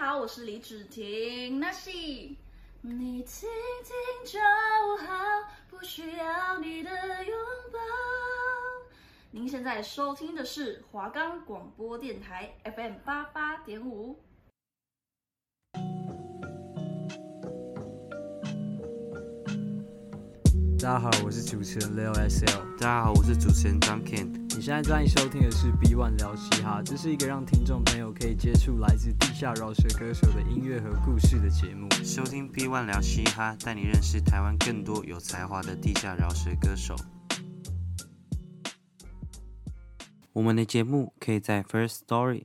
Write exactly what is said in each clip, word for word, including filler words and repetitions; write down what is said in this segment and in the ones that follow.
好，我是李芷婷，那是你听听就好，不需要你的拥抱。您现在收听的是华冈广播电台 F M 八八点五。 大家好，我是主持人 Leo S L。 大家好，我是主持人张 Ken。 你现在在收听的是 B One 聊嘻哈，这是一个让听众朋友可以接触来自地下饶舌歌手的音乐和故事的节目。 收听 B One 聊嘻哈，带你认识台湾更多有才华的地下饶舌歌手。我们的节目可以在 First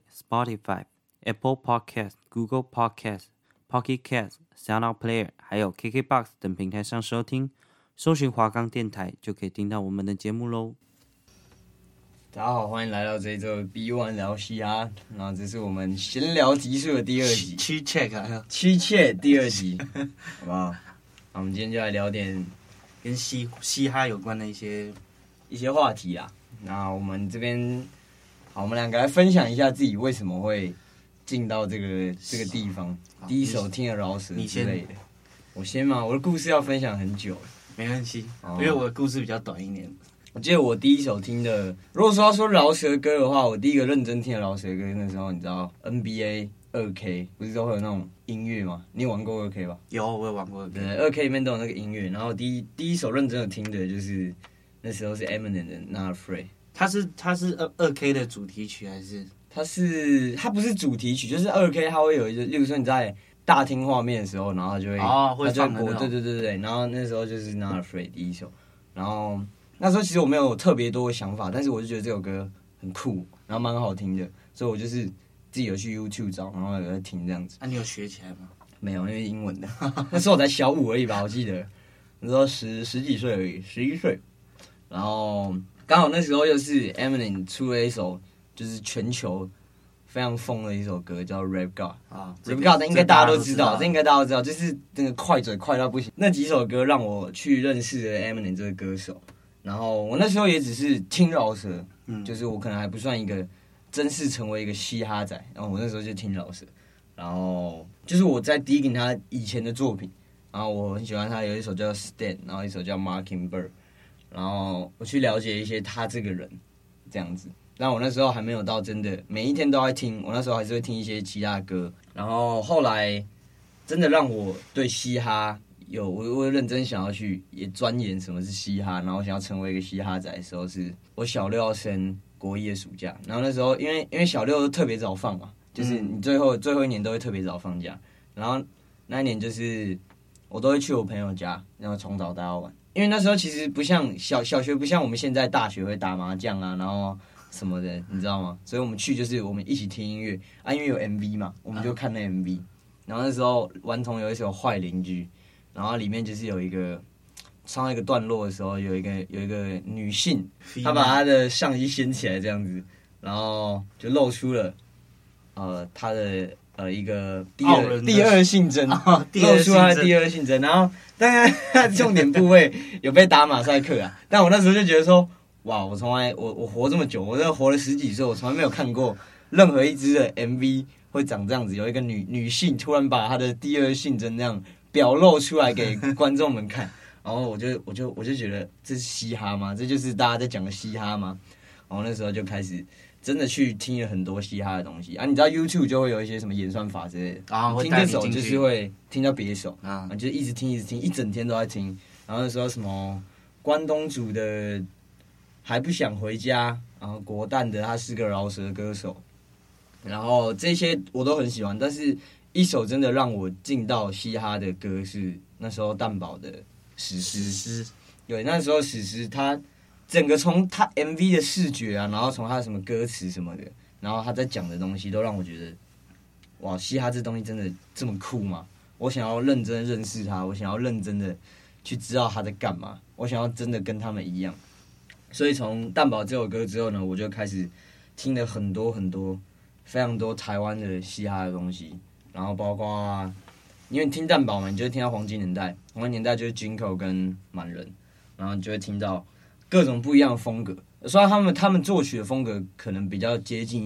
Story、Spotify、Apple Podcast、Google Podcast、Pocket Cast、SoundOut Player 还有 K K Box 等平台上收听。搜寻华冈电台就可以听到我们的节目喽。 大家好，欢迎来到这一周 B One 聊嘻哈，然后这是我们闲聊集数的第二集， 七 check 啊， 七切第二集，好不好？那我们今天就来聊点跟嘻嘻哈有关的一些一些话题啊。那我们这边，好，我们两个来分享一下自己为什么会进到这个这个地方，第一手听的饶舌之类的。我先嘛，我的故事要分享很久。 没关系，因为我的故事比较短一点。 我记得我第一首听的，如果说要说饶舌歌的话，我第一个认真听的饶舌歌，那时候你知道 N B A 二 K 不是都会有那种音乐吗？你有玩过二 K 吧？ 有，我有玩过二 K。 对，二 K 里面都有那个音乐。然后第一第一首认真的听的就是那时候是 Eminem 的 Not Afraid。 它是它是二二 K 的主题曲还是？ 它是它不是主题曲，就是二 K 它会有一个，例如说你在大厅画面的时候，然后它就会哦会放的那种， 对对对对，然后那时候就是 Not Afraid 第一首，然后那时候其实我没有特别多的想法，但是我就觉得这首歌很酷，然后蛮好听的，所以我就是自己有去 YouTube 找，然后有在听这样子。 啊，你有学起来吗？ 没有，因为英文的。那时候我才小五而已吧，我记得那时候十十几岁而已，十一岁。然后刚好那时候又是 Eminem 出了一首就是全球非常疯的一首歌叫 Rap God 啊 ，Rap God 应该大家都知道，这应该大家都知道，就是那个快嘴快到不行。那几首歌让我去认识了 Eminem 这个歌手，然后我那时候也只是听饶舌，嗯，就是我可能还不算一个正式成为一个嘻哈仔，然后我那时候就听饶舌，然后就是我在 digging 他以前的作品，然后我很喜欢他有一首叫 Stand， 然后一首叫 Mockingbird， 然后我去了解一些他这个人这样子。但我那时候还没有到真的每一天都在听，我那时候还是会听一些其他的歌。然后后来真的让我对嘻哈有我我认真想要去也钻研什么是嘻哈，然后想要成为一个嘻哈仔的时候，是我小六要升国一的暑假。然后那时候因为因为小六都特别早放嘛，就是你最后、嗯、最后一年都会特别早放假。然后那一年就是我都会去我朋友家，然后从早到到晚。因为那时候其实不像小小学，不像我们现在大学会打麻将啊，然后什么的，你知道吗？所以我们去就是我们一起听音乐啊，因为有 M V 嘛，我们就看那 M V。然后那时候顽童有一首《坏邻居》，然后里面就是有一个唱到一个段落的时候，有一个有一个女性，她把她的上衣掀起来这样子，然后就露出了呃她的呃一个第二第二性征，哦、露出她的第二性征。然后当然她重点部位有被打马赛克啊，但我那时候就觉得说。哇！我从来我我活这么久，我真的活了十几岁，我从来没有看过任何一支的 M V 会长这样子，有一个女女性突然把她的第二性征那样表露出来给观众们看，然后我就我就我就觉得这是嘻哈吗？这就是大家在讲的嘻哈吗？然后那时候就开始真的去听了很多嘻哈的东西啊！你知道 YouTube 就会有一些什么演算法之类的啊，听这首就是会听到别首啊，就一直听一直听，一整天都在听。然后那时候什么关东煮的。还不想回家，然后国蛋的他是个饶舌歌手，然后这些我都很喜欢，但是一首真的让我进到嘻哈的歌是那时候蛋堡的史诗，对，那时候史诗他整个从他 M V 的视觉啊，然后从他什么歌词什么的，然后他在讲的东西都让我觉得，哇，嘻哈这东西真的这么酷吗？我想要认真认识他，我想要认真的去知道他在干嘛，我想要真的跟他们一样。所以从蛋堡这首歌之后呢，我就开始听了很多很多非常多台湾的嘻哈的东西，然后包括、啊、因为你听蛋堡嘛，你就会听到黄金年代，黄金年代就是 Jinko 跟满人，然后你就会听到各种不一样的风格。虽然他们他们作曲的风格可能比较接近一点，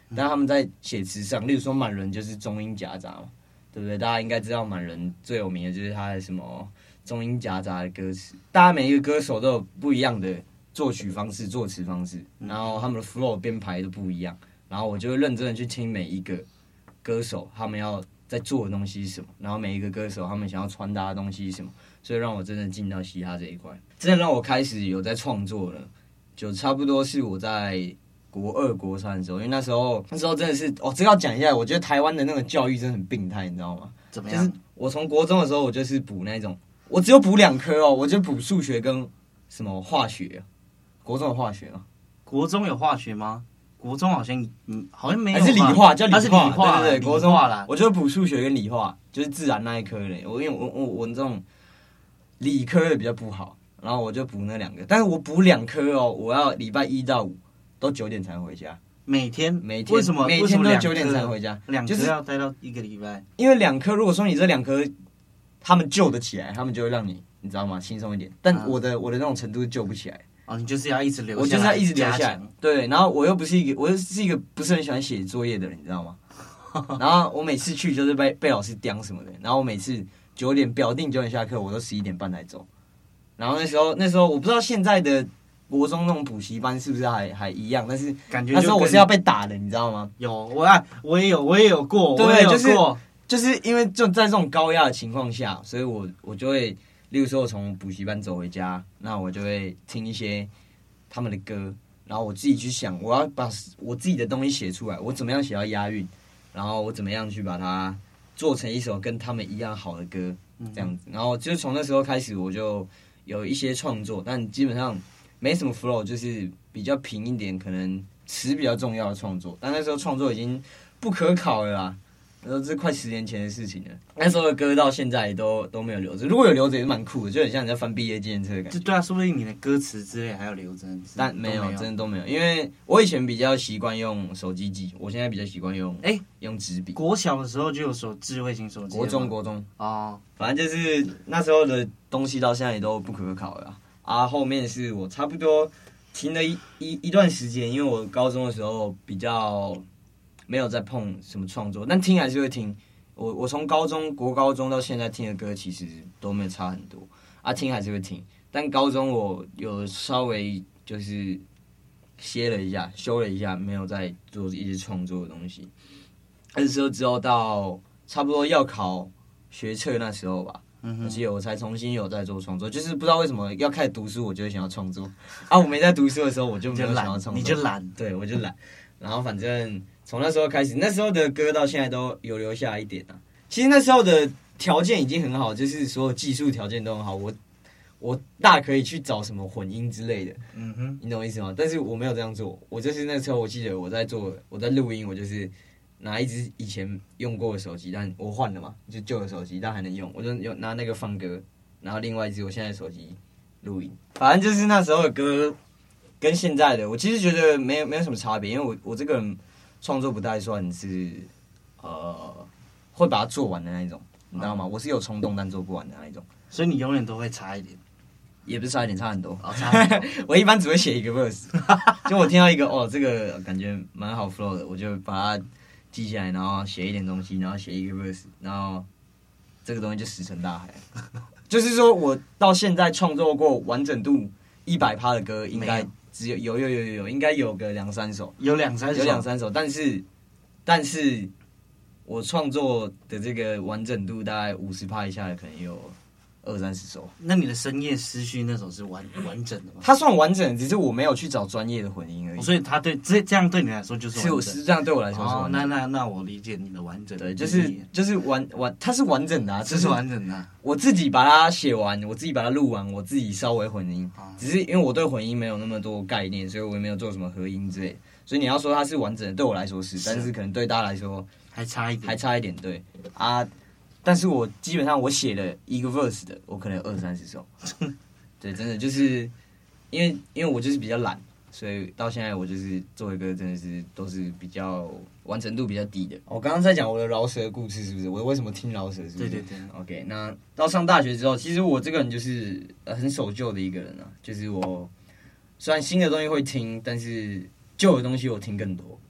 但他们在写词上，例如说满人就是中英夹杂嘛，对不对？大家应该知道满人最有名的就是他的什么中英夹杂的歌词，大家每一个歌手都有不一样的作曲方式、作词方式，然后他们的 flow 编排都不一样，然后我就会认真的去听每一个歌手他们要在做的东西是什么，然后每一个歌手他们想要传达的东西是什么，所以让我真的进到嘻哈这一块，真的让我开始有在创作了，就差不多是我在国二、国三的时候，因为那时候那时候真的是哦，这要讲一下，我觉得台湾的那个教育真的很病态，你知道吗？ 怎么样？ 就是我从国中的时候，我就是补那种，我只有补两科哦，我就补数学跟什么化学，国中有化学吗？ 国中有化学吗？国中好像嗯，好像没有吧， 还是理化，叫理化， 它是理化， 对对对，国中啦， 我就补数学跟理化，就是自然那一科嘞。我因为我我我这种理科的比较不好，然后我就补那两个，但是我补两科哦，我要礼拜一到五都九点才回家， 每天每天为什么每天都九点才回家？ 两科就是要待到一个礼拜， 因为两科，如果说你这两科他们救得起来，他们就会让你你知道吗轻松一点，但我的、嗯、我的那种程度是救不起来。 哦，你就是要一直留下来， 我就是要一直留下来。对，然后我又不是一个，我又是一个不是很喜欢写作业的人，你知道吗？然后我每次去就是被被老师刁什么的，然后我每次九点表定九点下课，我都十一点半才走。然后那时候那时候我不知道现在的国中那种补习班是不是还还一样，但是感觉那时候我是要被打的，你知道吗？ 有我啊，我也有我也有过， 对， 我也有过，就是、就是因为就在这种高压的情况下，所以我我就会，例如说我从补习班走回家，那我就会听一些他们的歌，然后我自己去想，我要把我自己的东西写出来，我怎么样写到押韵，然后我怎么样去把它做成一首跟他们一样好的歌，这样子。然后就从那时候开始，我就有一些创作，但基本上没什么 flow， 就是比较平一点，可能词比较重要的创作。但那时候创作已经不可考了啦。然后这是快十年前的事情了，那时候的歌到现在都都没有留着，如果有留着也是蛮酷的，就很像你在翻毕业纪念册的感觉。 对啊，说不定你的歌词之类还有留着， 但没有，真的都没有，因为我以前比较习惯用手机记，我现在比较习惯用哎、欸、用纸笔。 国小的时候就有手智慧型手机， 国中国中哦， 反正就是那时候的东西到现在也都不可考了啊。啊后面是我差不多停了一一一段时间，因为我高中的时候比较没有在碰什么创作，但听还是会听。我我从高中国高中到现在听的歌其实都没有差很多啊，听还是会听。但高中我有稍微就是歇了一下，休了一下，没有在做一些创作的东西。那时候之后到差不多要考学测那时候吧，嗯、我记得我才重新有在做创作，就是不知道为什么要开始读书，我就会想要创作啊。我没在读书的时候，我就没有想要创作， 你就懒， 对我就懒。然后反正从那时候开始，那时候的歌到现在都有留下一点啊。其实那时候的条件已经很好，就是所有技术条件都很好，我我大可以去找什么混音之类的，嗯哼，你懂我意思吗？但是我没有这样做，我就是那时候我记得我在做我在录音，我就是拿一支以前用过的手机，但我换了嘛，就旧的手机，但还能用，我就用拿那个放歌，然后另外一支我现在的手机录音，反正就是那时候的歌。跟现在的我其实觉得没有没有什么差别，因为我我这个人创作不太算是呃会把它做完的那一种，你知道吗？我是有冲动但做不完的那一种， 所以你永远都会差一点， 也不是差一点，差很多。 哦，差很多我一般只会写一个 verse， 就我听到一个哦这个感觉蛮好 flow 的，我就把它记下来，然后写一点东西，然后写一个 verse， 然后这个东西就石沉大海。就是说我到现在创作过完整度一百趴的歌，应该。只有有有有有有，应该有个两三首， 有两三首， 有两三首，但是但是我创作的这个完整度大概五十趴以下的，可能有二三十首。 那你的深夜思绪那首是完完整的吗？ 它算完整，只是我没有去找专业的混音而已。 哦、所以它对这这样对你来说就是完整， 是这样对我来说是完整。 哦、那那那我理解你的完整。 对，就是就是完完，它是完整的啊， 这是完整的、啊。 我自己把它写完，我自己把它录完，我自己稍微混音。哦、只是因为我对混音没有那么多概念，所以我也没有做什么合音之类的。所以你要说它是完整的，对我来说是，是但是可能对大家来说还差一点， 还差一点。对啊。但是我基本上我写了一个 verse 的，我可能有二三十首，对，真的就是因为因为我就是比较懒，所以到现在我就是做的歌真的是都是比较完成度比较低的。我刚刚在讲我的饶舌的故事，是不是？我为什么听饶舌？是不是？ 对对对。 OK， 那到上大学之后，其实我这个人就是很守旧的一个人啊，就是我虽然新的东西会听，但是旧的东西我听更多。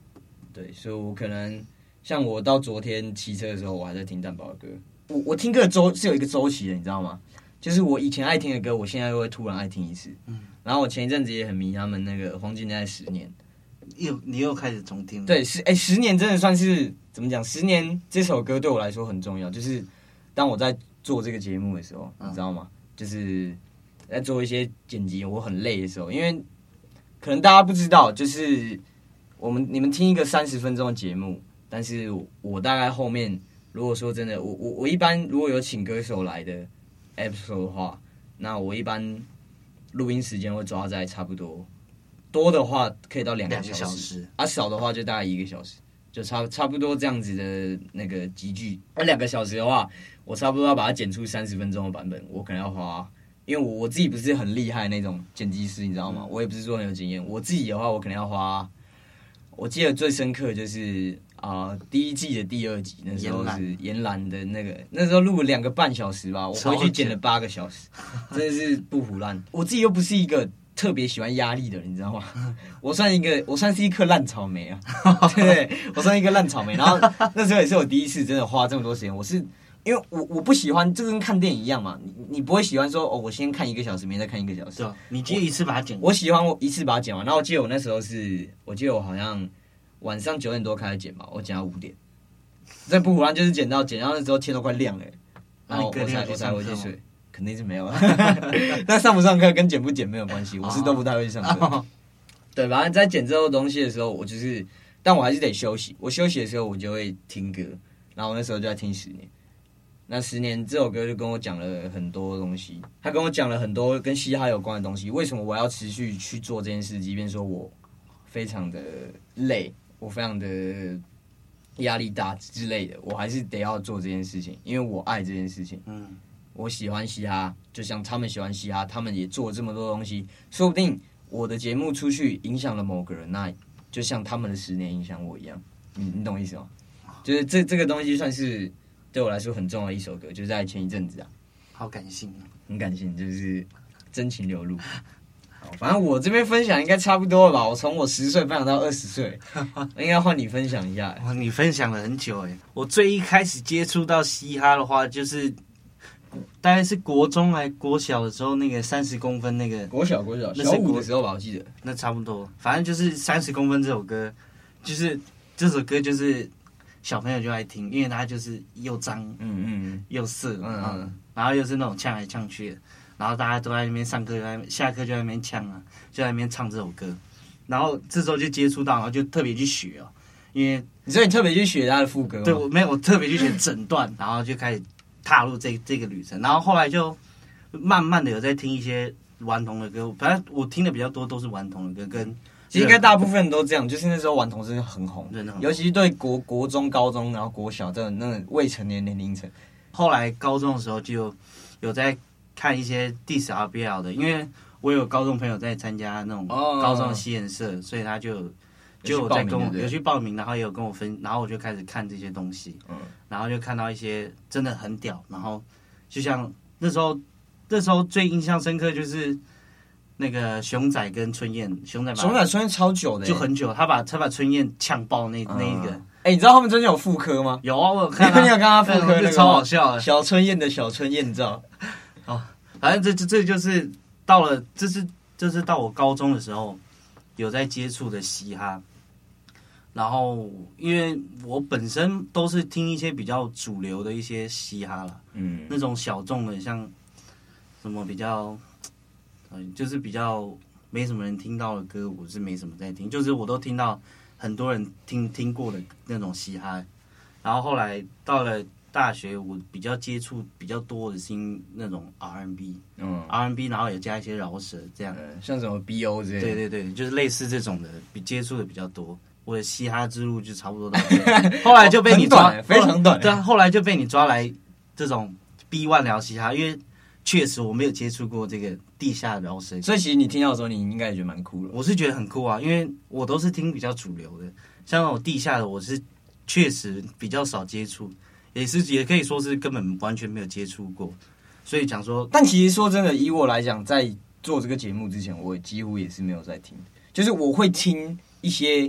对，所以我可能像我到昨天骑车的时候，我还在听蛋堡的歌。我我听歌的周是有一个周期的，你知道吗？就是我以前爱听的歌，我现在又会突然爱听一次。嗯，然后我前一阵子也很迷他们那个黄金年代十年， 又你又开始重听了。 对，十哎、欸、十年真的算是怎么讲？十年这首歌对我来说很重要，就是当我在做这个节目的时候，嗯、你知道吗？就是在做一些剪辑，我很累的时候，因为可能大家不知道，就是我们你们听一个三十分钟的节目，但是我大概后面如果说真的，我我我一般如果有请歌手来的 episode 的话，那我一般录音时间会抓在差不多多的话可以到两个小时， 小时啊少的话就大概一个小时，就差差不多这样子的那个集聚。那两个小时的话，我差不多要把它剪出三十分钟的版本，我可能要花。因为我我自己不是很厉害那种剪辑师，你知道吗？我也不是说很有经验。我自己的话，我可能要花。我记得最深刻就是啊、呃，第一季的第二集，那时候是延揽的那个，那时候录了两个半小时吧，我回去剪了八个小时，真的是不胡乱。我自己又不是一个特别喜欢压力的人，你知道吗？我算一个，我算是一颗烂草莓啊，对不对？我算一个烂草莓。然后那时候也是我第一次真的花这么多时间，我是。因为我我不喜欢，就跟看电影一样嘛，你你不会喜欢说哦，我先看一个小时，明天再看一个小时。 对、啊，你记得一次把它剪完。 我喜欢我一次把它剪完。然后我记得我那时候是，我记得我好像晚上九点多开始剪吧，我剪到五点。这不胡乱就是剪到剪到那时候天都快亮了，然后我才我才回去睡，肯定是没有了。但上不上课跟剪不剪没有关系，我是都不太会上课。哦、对，反正在剪这种东西的时候，我就是，但我还是得休息。我休息的时候，我就会听歌，然后我那时候就在听十年。那十年这首歌就跟我讲了很多东西，他跟我讲了很多跟嘻哈有关的东西。为什么我要持续去做这件事？即便说我非常的累，我非常的压力大之类的，我还是得要做这件事情，因为我爱这件事情。嗯，我喜欢嘻哈，就像他们喜欢嘻哈，他们也做了这么多东西，说不定我的节目出去影响了某个人，那就像他们的十年影响我一样。你你懂意思吗？就是这这个东西算是。对我来说很重要的一首歌，就是在前一阵子啊， 好感性啊， 很感性，就是真情流露。好，反正我这边分享应该差不多了吧？我从我十岁分享到二十岁，应该换你分享一下。 哇，你分享了很久哎！我最一开始接触到嘻哈的话，就是大概是国中还国小的时候，那个三十公分那个国小国小小五的时候吧，我记得。 那差不多，反正就是三十公分这首歌，就是这首歌就是。小朋友就爱听，因为他就是又脏，嗯嗯，又色，嗯嗯，然后又是那种呛来呛去的，然后大家都在那边上课，在下课就在那边呛啊，就在那边唱这首歌，然后这时候就接触到，然后就特别去学哦，因为你说你特别去学他的副歌吗？ 对，我没有，我特别去学整段，然后就开始踏入这这个旅程，然后后来就慢慢的有在听一些顽童的歌，反正我听的比较多都是顽童的歌跟。 其实应该大部分人都这样，就是那时候顽童是很红，尤其是对国国中、高中，然后国小这种那种未成年年龄层。 后来高中的时候就有在看一些 diss R B L 的，因为我有高中朋友在参加那种高中的西研社，哦、所以他就就有在跟我有去报名，然后也有跟我分，然后我就开始看这些东西，嗯、然后就看到一些真的很屌，然后就像那时候那时候最印象深刻就是。那个熊仔跟春燕，熊仔熊仔春燕超久的， 就很久，他把他把春燕呛爆那、嗯、那一个。 哎、欸，你知道他们最近有复刻吗？ 有啊，我有看、啊。 你有跟他复刻那个超好笑的小春燕的小春燕照。 哦，反正这这这就是到了，这是这是到我高中的时候有在接触的嘻哈。然后，因为我本身都是听一些比较主流的一些嘻哈啦，嗯，那种小众的，像什么比较。就是比较没什么人听到的歌，我是没什么在听，就是我都听到很多人听听过的那种嘻哈。然后后来到了大学，我比较接触比较多的是那种 R and B， 嗯 ，R and B， 然后也加一些饶舌，这样， 嗯、像什么 B O 之类的。 对对对，就是类似这种的，比接触的比较多。我的嘻哈之路就差不多到这。后来就被你抓， 非常短。 对啊，后来就被你抓来这种 B one 聊嘻哈，因为。确实我没有接触过这个地下饶舌， 所以其实你听到的时候，你应该也觉得蛮酷的。 我是觉得很酷啊，因为我都是听比较主流的，像那种地下的，我是确实比较少接触，也是也可以说是根本完全没有接触过。所以讲说， 但其实说真的，以我来讲，在做这个节目之前，我几乎也是没有在听，就是我会听一些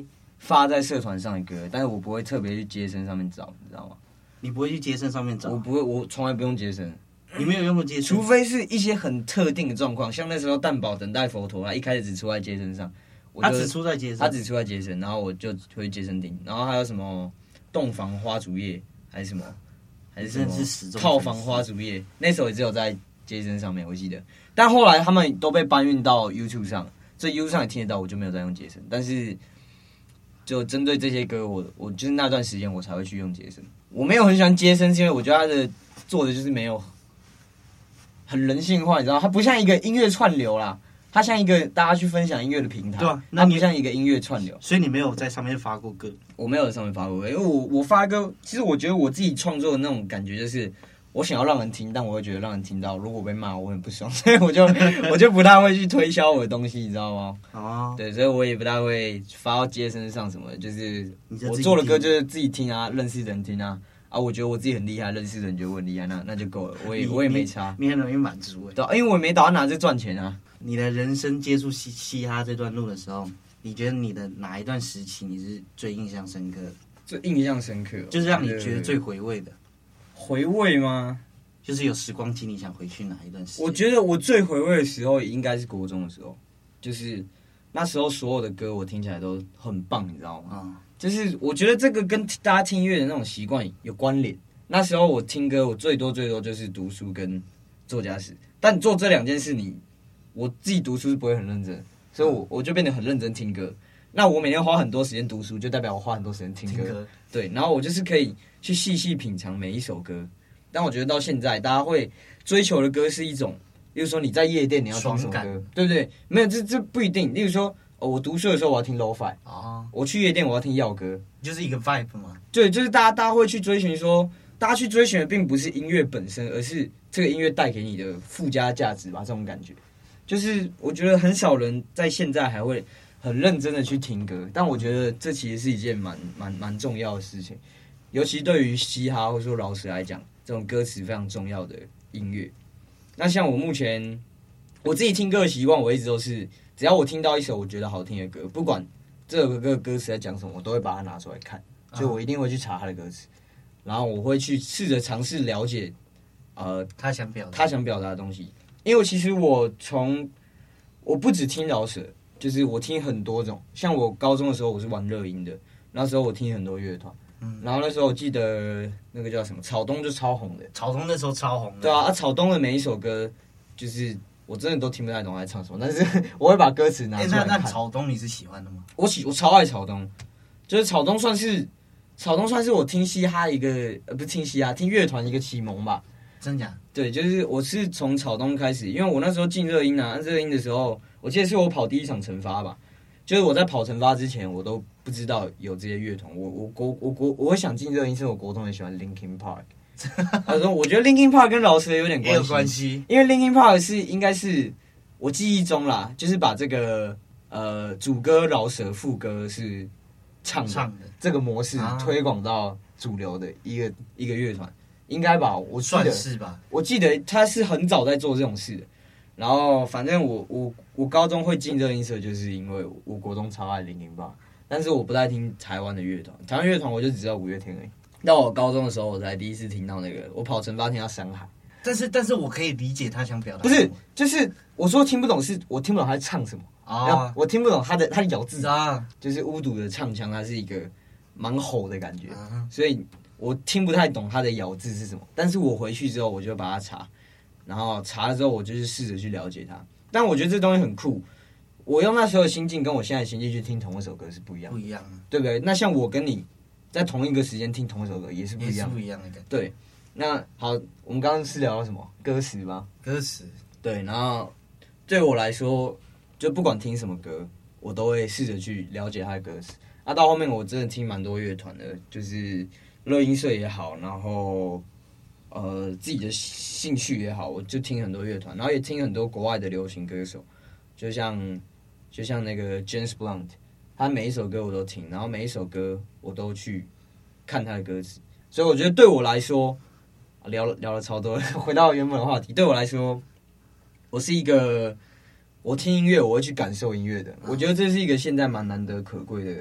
发在社团上的歌，但是我不会特别去街声上面找，你知道吗？ 你不会去街声上面找？ 我不会，我从来不用街声。 你没有用过街声？ 除非是一些很特定的状况，像那时候蛋堡等待佛陀，他一开始只出在街声上，我他只出在街声， 他只出在街声，然后我就会街声听，然后还有什么洞房花烛夜，还是什么，还是什么套房花烛夜，那首也只有在街声上面，我记得。但后来他们都被搬运到 YouTube 上，所以 YouTube 上也听得到，我就没有再用街声。但是就针对这些歌，我我就是那段时间我才会去用街声。我没有很喜欢街声，是因为我觉得他的做的就是没有很人性化，你知道，它不像一个音乐串流啦，它像一个大家去分享音乐的平台， 对啊， 那不像一个音乐串流。 所以你没有在上面发过歌？ 我没有在上面发过歌，因为我我发歌，其实我觉得我自己创作的那种感觉就是，我想要让人听，但我会觉得让人听到，如果被骂我很不爽，所以我就我就不太会去推销我的东西，你知道吗？ 哦， 对，所以我也不太会发到街声上什么的，就是我做的歌就是自己听啊，认识人听啊。啊，我觉得我自己很厉害，认识的人觉得我很厉害，那那就够了，我也我也没差。 你很容易满足哎， 对，因为我也没打算拿这赚钱啊。 你的人生接触嘻嘻哈这段路的时候，你觉得你的哪一段时期你是最印象深刻的？ 最印象深刻、哦， 就是让你觉得最回味的。 回味吗？ 就是有时光机，你想回去哪一段时间？ 我觉得我最回味的时候，也应该是国中的时候，就是那时候所有的歌我听起来都很棒，你知道吗？嗯就是我觉得这个跟大家听音乐的那种习惯有关联。那时候我听歌，我最多最多就是读书跟做家事。但做这两件事你，我自己读书是不会很认真，所以我我就变得很认真听歌。那我每天花很多时间读书，就代表我花很多时间听歌。听歌对，然后我就是可以去细细品尝每一首歌。但我觉得到现在，大家会追求的歌是一种，例如说你在夜店你要听什么歌，对不对？没有，这这不一定。例如说。哦，我读书的时候我要听 lo-fi， 哦，我去夜店我要听药歌， 就是一个 vibe 嘛。 对，就是大家大家会去追寻说，大家去追寻的并不是音乐本身，而是这个音乐带给你的附加价值吧，这种感觉。就是我觉得很少人在现在还会很认真的去听歌，但我觉得这其实是一件蛮蛮蛮重要的事情，尤其对于嘻哈或者说饶舌来讲，这种歌词非常重要的音乐。那像我目前我自己听歌的习惯，我一直都是。只要我听到一首我觉得好听的歌，不管这首歌歌词在讲什么，我都会把它拿出来看，所以我一定会去查它的歌词，然后我会去试着尝试了解，呃， 他想表达他想表达的东西。因为其实我从我不只听饶舌，就是我听很多种。像我高中的时候我是玩热音的，那时候我听很多乐团，嗯，然后那时候我记得那个叫什么草东就超红的， 草东那时候超红的， 对啊，啊草东的每一首歌就是。我真的都听不太懂他在唱什么，但是我会把歌词拿出来看。 那那草东你是喜欢的吗？ 我喜我超爱草东，就是草东算是草东算是我听嘻哈一个呃不是听嘻哈听乐团一个启蒙吧。 真假？ 对，就是我是从草东开始，因为我那时候进热音啊，热音的时候，我记得是我跑第一场惩罚吧，就是我在跑惩罚之前，我都不知道有这些乐团。我我国我国我会想进热音，是我国中很喜欢 Linkin Park。他说：“我觉得 Linkin Park 跟饶舌有点关系， 有关系， 因为 Linkin Park 是应该是我记忆中啦，就是把这个呃主歌、饶舌、副歌是唱的, 唱的这个模式推广到主流的一个、啊、一个乐团，应该吧？我记得算是吧。 我记得他是很早在做这种事的。然后反正我我我高中会进热音社，就是因为我国中超爱 Linkin Park，但是我不太听台湾的乐团，台湾乐团我就只知道五月天而已。”到我高中的时候，我才第一次听到那个，我跑惩罚听到山海， 但是但是我可以理解他想表达， 不是，就是我说听不懂，是我听不懂他在唱什么啊，我听不懂他的他的咬字啊，就是巫毒的唱腔，它是一个蛮吼的感觉，啊、所以我听不太懂他的咬字是什么。但是我回去之后，我就把它查，然后查了之后，我就是试着去了解它。但我觉得这东西很酷，我用那时候的心境跟我现在的心境去听同一首歌是不一样的， 不一样， 对不对？那像我跟你。在同一个时间听同一首歌也是不一样， 也是不一样的感觉。 对，那好，我们刚刚是聊到什么歌词吗？ 歌词。 对，然后对我来说，就不管听什么歌，我都会试着去了解它的歌词。啊，到后面我真的听蛮多乐团的，就是热音社也好，然后呃自己的兴趣也好，我就听很多乐团，然后也听很多国外的流行歌手，就像就像那个 James Blunt。他每一首歌我都听，然后每一首歌我都去看他的歌词，所以我觉得对我来说，聊了聊了超多了，回到原本的话题，对我来说，我是一个我听音乐我会去感受音乐的，我觉得这是一个现在蛮难得可贵的一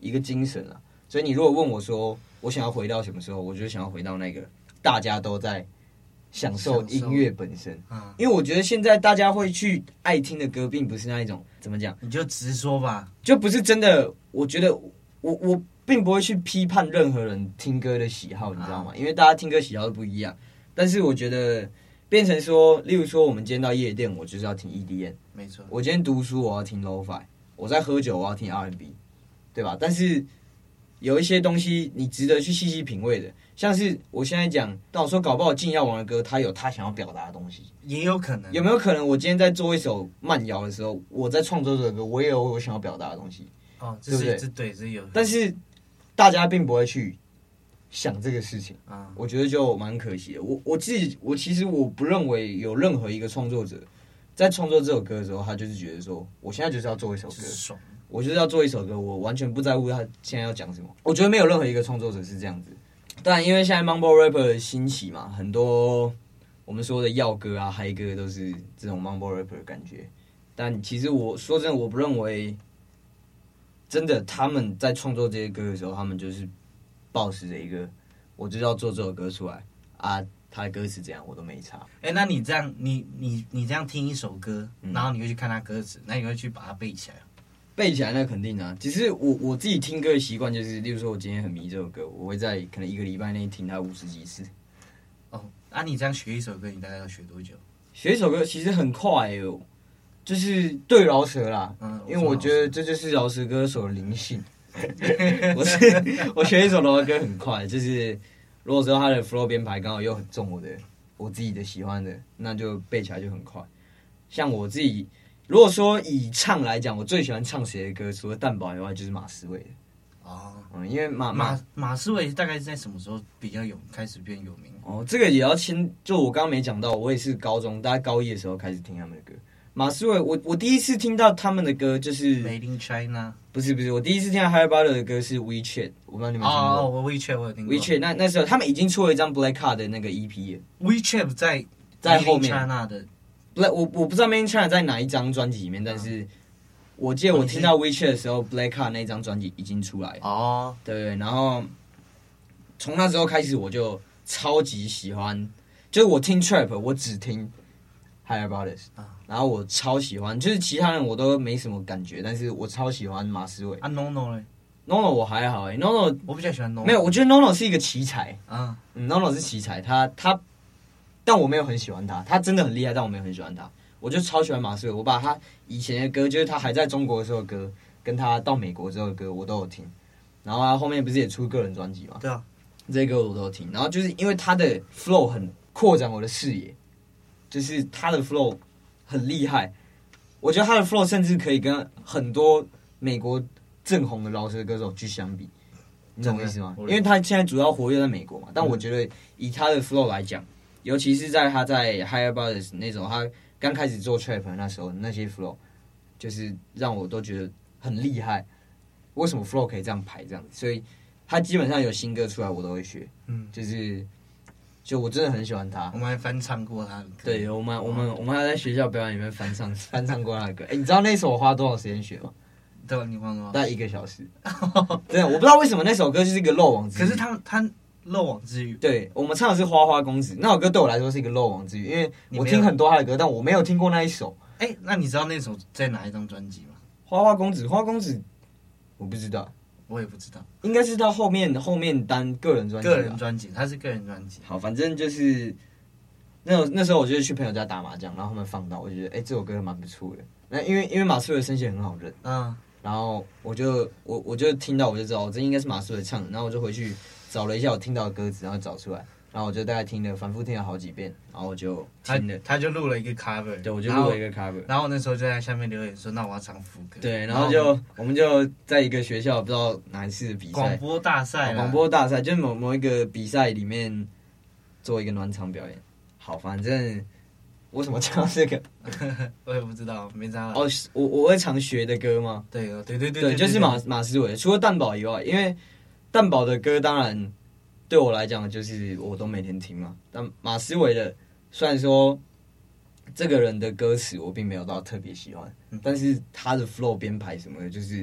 一个精神啊。所以你如果问我说我想要回到什么时候，我就想要回到那个大家都在享受音乐本身。嗯，因为我觉得现在大家会去爱听的歌，并不是那一种怎么讲， 你就直说吧， 就不是真的。我觉得我我并不会去批判任何人听歌的喜好，你知道吗？因为大家听歌喜好都不一样。但是我觉得变成说，例如说我们今天到夜店，我就是要听 E D M， 没错。我今天读书，我要听 Lo-Fi， 我在喝酒，我要听 R and B， 对吧？但是有一些东西你值得去细细品味的，像是我现在讲，但我说搞不好禁药王的歌，他有他想要表达的东西， 也有可能。 有没有可能我今天在做一首慢摇的时候，我在创作这首歌，我也有我想要表达的东西？ 哦，这是对不对？这对是有， 但是大家并不会去想这个事情， 啊， 我觉得就蛮可惜的。我我自己，我其实我不认为有任何一个创作者在创作这首歌的时候，他就是觉得说，我现在就是要做一首歌， 爽， 我就是要做一首歌，我完全不在乎他现在要讲什么。我觉得没有任何一个创作者是这样子。当然，因为现在 Mumble Rapper 的兴起嘛，很多我们说的药歌啊、嗨歌都是这种 Mumble Rapper 的感觉。但其实我说真的，我不认为真的他们在创作这些歌的时候，他们就是抱持着一个，我就是要做这首歌出来啊，他的歌词怎样我都没差。 哎、欸，那你这样，你你你这样听一首歌， 嗯、 然后你会去看他歌词，那你会去把它背起来？ 背起来那肯定啊，只是我我自己听歌的习惯就是，例如说我今天很迷这首歌，我会在可能一个礼拜内听它五十几次。 哦，啊，你这样学一首歌，你大概要学多久？ 学一首歌其实很快哦，就是对饶舌啦， 嗯， 因为我觉得这就是饶舌歌手的灵性。我是我学一首饶舌歌很快，就是如果说他的 flow 编排刚好又很重我的我自己的喜欢的，那就背起来就很快。像我自己。如果说以唱来讲，我最喜欢唱谁的歌？除了蛋堡以外，就是马思唯的。 哦， 嗯，因为马马马思唯大概是在什么时候比较有开始变有名？ 哦，这个也要先，就我刚刚没讲到，我也是高中大概高一的时候开始听他们的歌。马思唯，我我第一次听到他们的歌就是《 Made in China》， 不是不是，我第一次听到 Higher Butter 的歌是 WeChat， 我不知道你们听过。 哦，我 WeChat 我有听过。 WeChat 那那时候他们已经出了一张 Black Card 的那个 E P 了。 WeChat 在在后面 China 的。 Black 我我不知道 Made in China 在哪一张专辑里面，但是我记得我听到 WeChat 的时候 ，Black Card 那一张专辑已经出来了。 哦， 对，然后从那之后开始，我就超级喜欢，就是我听 Trap， 我只听 Higher Brothers，、啊、然后我超喜欢，就是其他人我都没什么感觉，但是我超喜欢马思唯。 啊 ，Nono 嘞 ，Nono 我还好哎、欸、，Nono 我比较喜欢 Nono， 没有，我觉得 Nono 是一个奇才， 啊， 嗯 ，Nono 是奇才，他他。但我没有很喜欢他，他真的很厉害，但我没有很喜欢他。我就超喜欢马思唯，我把他以前的歌，就是他还在中国的时候的歌，跟他到美国之后的歌，我都有听。然后他后面不是也出个人专辑嘛？ 对啊， 这些歌我都有听。然后就是因为他的 flow 很扩展我的视野，就是他的 flow 很厉害。我觉得他的 flow 甚至可以跟很多美国正红的饶舌歌手去相比。你懂我意思吗？因为他现在主要活跃在美国嘛，但我觉得以他的 flow 来讲，尤其是在他在 Higher Brothers 那种他刚开始做 trap 那时候那些 flow， 就是让我都觉得很厉害。为什么 flow 可以这样排这样子？所以他基本上有新歌出来我都会学，嗯，就是就我真的很喜欢他。 我们还翻唱过他的歌， 对，我们我们我们还在学校表演里面翻唱翻唱过他的歌。哎、欸，你知道那首我花多少时间学吗？ 对，你花多少？ 大概一个小时。真的，我不知道为什么那首歌就是一个漏网之鱼。 可是他他漏网之鱼。 对，我们唱的是《花花公子》，那首歌对我来说是一个漏网之鱼，因为我听很多他的歌，但我没有听过那一首。 哎、欸，那你知道那首在哪一张专辑吗？ 《花花公子》，《花花公子》我不知道， 我也不知道， 应该是他后面后面单个人专辑。 个人专辑，他是个人专辑。 好，反正就是那那时候我就去朋友家打麻将，然后他们放到，我觉得哎、欸、这首歌蛮不错的。那因为因为马思唯的声线很好认，嗯。然后我就我我就听到我就知道，这应该是马思唯唱的。然后我就回去找了一下我听到的歌词，然后找出来。然后我就大概听了，反复听了好几遍。然后我就听了， 他, 他就录了一个 cover， 对，我就录了一个 cover。 然后我那时候就在下面留言说：“那我要唱副歌。” 对，然后就然后我们就在一个学校，不知道哪一次的比赛， 广播大赛， 广播大赛就是某某一个比赛里面做一个暖场表演。好，反正。为什么讲到这个？ 我也不知道，没查。 哦，我我会常学的歌吗？ 对哦，对对对对，就是马马思唯。除了蛋堡以外，因为蛋堡的歌当然对我来讲就是我都每天听嘛。但马思唯的，虽然说这个人的歌词我并没有到特别喜欢，嗯、但是他的 flow 编排什么的，就是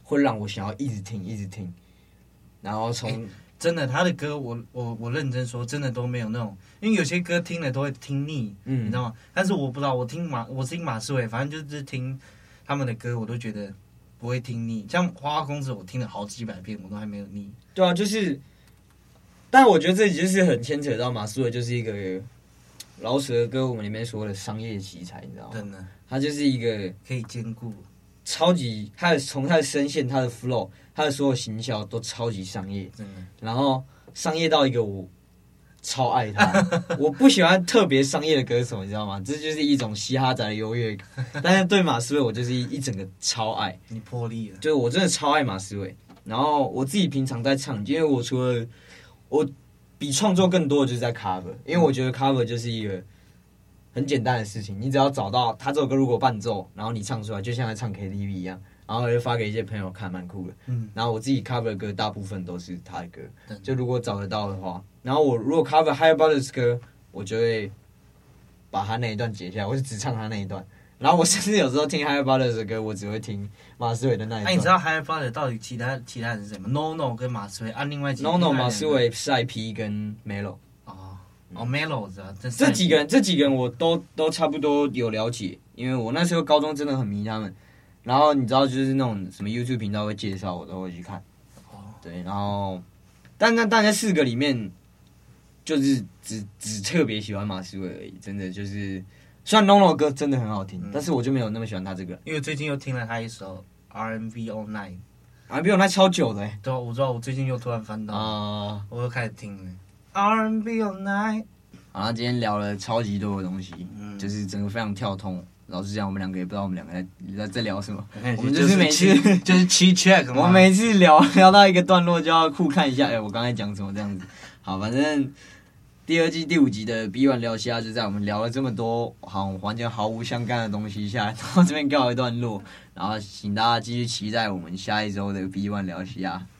会让我想要一直听一直听，然后从、 欸真的，他的歌我我我认真说，真的都没有那种，因为有些歌听了都会听腻， 嗯你知道吗？但是我不知道，我听马我听马思唯，反正就是听他们的歌，我都觉得不会听腻。像《花花公子》，我听了好几百遍，我都还没有腻。 对啊，就是，但我觉得这里就是很牵扯到马思唯就是一个饶舌歌我们里面说的商业奇才，你知道吗？ 真的他就是一个可以兼顾， 超级，他的从他的声线、他的 flow、他的所有行销都超级商业， 真的。 然后商业到一个我超爱他，我不喜欢特别商业的歌手，你知道吗？这就是一种嘻哈仔的优越感。但是对马思唯，我就是一一整个超爱， 你破例了， 就是我真的超爱马思唯。然后我自己平常在唱，因为我除了我比创作更多的就是在 cover， 因为我觉得 cover 就是一个很简单的事情，你只要找到他这首歌如果伴奏，然后你唱出来，就像在唱 K T V 一样，然后我就发给一些朋友看，蛮酷的。 嗯， 然后我自己 cover 的歌大部分都是他的歌对， 就如果找得到的话，然后我如果 cover Higher Brothers 歌，我就会把他那一段截下来，我就只唱他那一段。然后我甚至有时候听 Higher Brothers 的歌，我只会听马思唯的那一哎、 段。 你知道 Higher Father 到底其他其他人是谁吗 ？No No 跟马思唯，啊，另外几 No 另 No 外两个马思唯、赛 P 跟 Melo 哦哦 Melo 我知道，这这几个人，这几个人我都都差不多有了解，因为我那时候高中真的很迷他们。然后你知道，就是那种什么 YouTube 频道会介绍，我都会去看。 哦， 对，然后，但那但在四个里面，就是只只特别喜欢马思唯而已，真的就是，虽然 No No 歌真的很好听， 嗯但是我就没有那么喜欢他这个。 因为最近又听了他一首 R and B All Night， 啊，比我那超久的、欸， 对啊，我知道，我最近又突然翻到， 啊、 我又开始听了 R and B All Night。 好，那今天聊了超级多的东西， 嗯就是整个非常跳通。老实讲，我们两个也不知道我们两个在在在聊什么。我们就就是每次就是 cheat check 嘛， 我每次聊聊到一个段落就要互看一下，哎、我刚才讲什么这样子。好，反正第二季第五集的 B one 聊虾就在我们聊了这么多好完全毫无相干的东西下来，到这边告一段落，然后请大家继续期待我们下一周的 B one 聊虾。